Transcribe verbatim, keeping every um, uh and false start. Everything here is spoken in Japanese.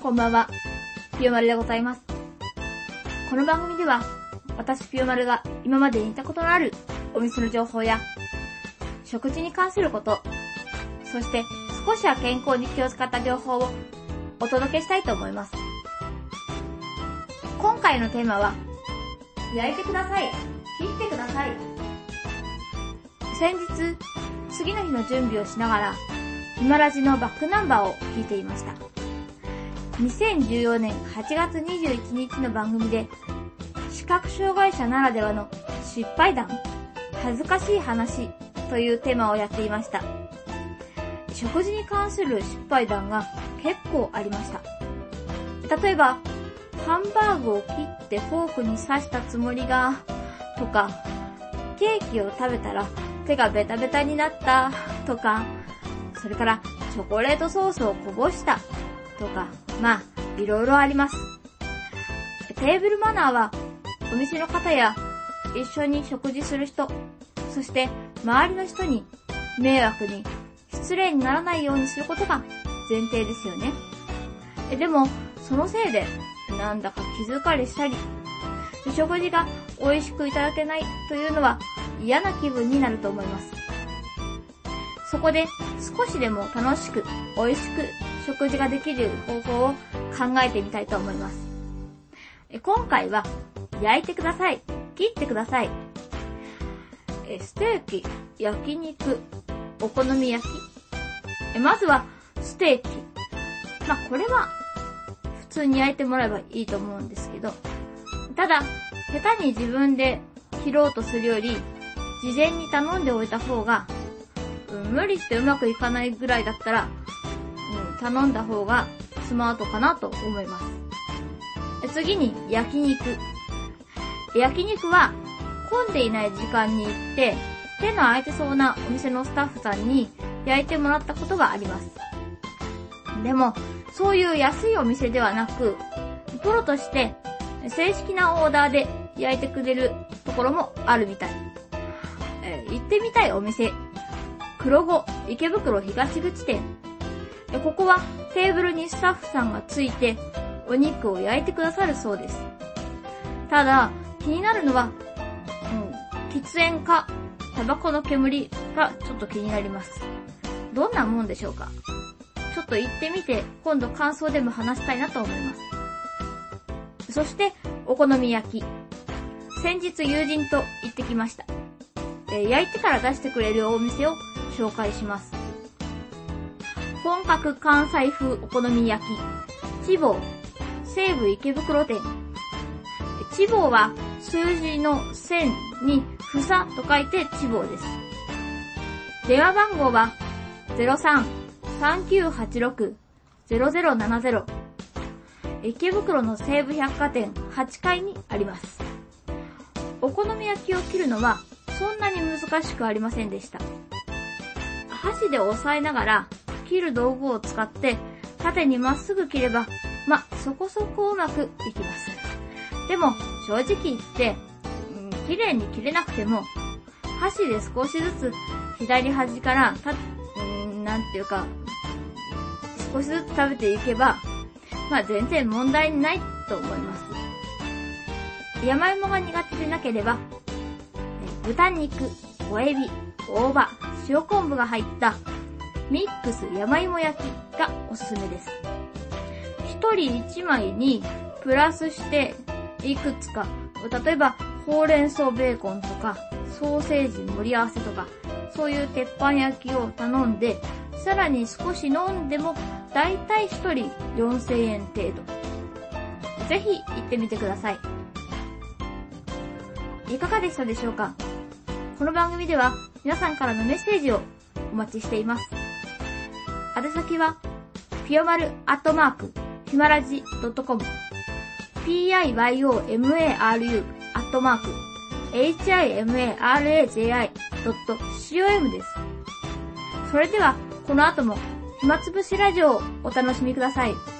こんばんは、ピヨマルでございます。この番組では、私ピヨマルが今までに行ったことのあるお店の情報や、食事に関すること、そして少しは健康に気を使った情報をお届けしたいと思います。今回のテーマは、焼いてください、切ってください。先日、次の日の準備をしながら、今ラジのバックナンバーを聞いていました。にせんじゅうよねんはちがつにじゅういちにちの番組で、視覚障害者ならではの失敗談、恥ずかしい話というテーマをやっていました。食事に関する失敗談が結構ありました。例えば、ハンバーグを切ってフォークに刺したつもりが、とか、ケーキを食べたら手がベタベタになった、とか、それからチョコレートソースをこぼした、とか、まあ、いろいろあります。テーブルマナーは、お店の方や一緒に食事する人、そして周りの人に迷惑に失礼にならないようにすることが前提ですよね。でも、そのせいで、なんだか気疲れしたり、食事が美味しくいただけないというのは嫌な気分になると思います。そこで少しでも楽しく美味しく食事ができる方法を考えてみたいと思います。今回は焼いてください、切ってください。ステーキ、焼肉、お好み焼き。まずはステーキ。まあこれは普通に焼いてもらえばいいと思うんですけど、ただ下手に自分で切ろうとするより事前に頼んでおいた方が、うん、無理してうまくいかないぐらいだったら、うん、頼んだ方がスマートかなと思います。次に焼肉。焼肉は混んでいない時間に行って手の空いてそうなお店のスタッフさんに焼いてもらったことがあります。でもそういう安いお店ではなく、プロとして正式なオーダーで焼いてくれるところもあるみたい。えー、行ってみたいお店、黒子池袋東口店。ここはテーブルにスタッフさんがついてお肉を焼いてくださるそうです。ただ気になるのは、うん、喫煙かタバコの煙がちょっと気になります。どんなもんでしょうか。ちょっと行ってみて今度感想でも話したいなと思います。そしてお好み焼き。先日友人と行ってきました。えー、焼いてから出してくれるお店を紹介します。本格関西風お好み焼き、千房、西武池袋店。千房は数字の千に房と書いて千房です。電話番号は ゼロさん さんきゅうはちろく ゼロゼロななゼロ。池袋の西武百貨店はちかいにあります。お好み焼きを切るのはそんなに難しくありませんでした。箸で押さえながら切る道具を使って縦にまっすぐ切れば、ま、そこそこうまくいきます。でも正直言って、うん、綺麗に切れなくても箸で少しずつ左端からた、うん、なんていうか少しずつ食べていけば、まあ全然問題ないと思います。山芋が苦手でなければ、豚肉、小エビ、大葉、塩昆布が入ったミックス山芋焼きがおすすめです。一人一枚にプラスしていくつか、例えばほうれん草ベーコンとかソーセージ盛り合わせとか、そういう鉄板焼きを頼んで、さらに少し飲んでもだいたい一人よんせんえん程度。ぜひ行ってみてください。いかがでしたでしょうか。この番組では皆さんからのメッセージをお待ちしています。宛先はピヨマルアットマークヒマラジドットコム、 ピーアイワイオーエムエーアールユー アットマーク エイチアイエムエーアールエージェーアイ ドットコム です。それではこの後も暇つぶしラジオをお楽しみください。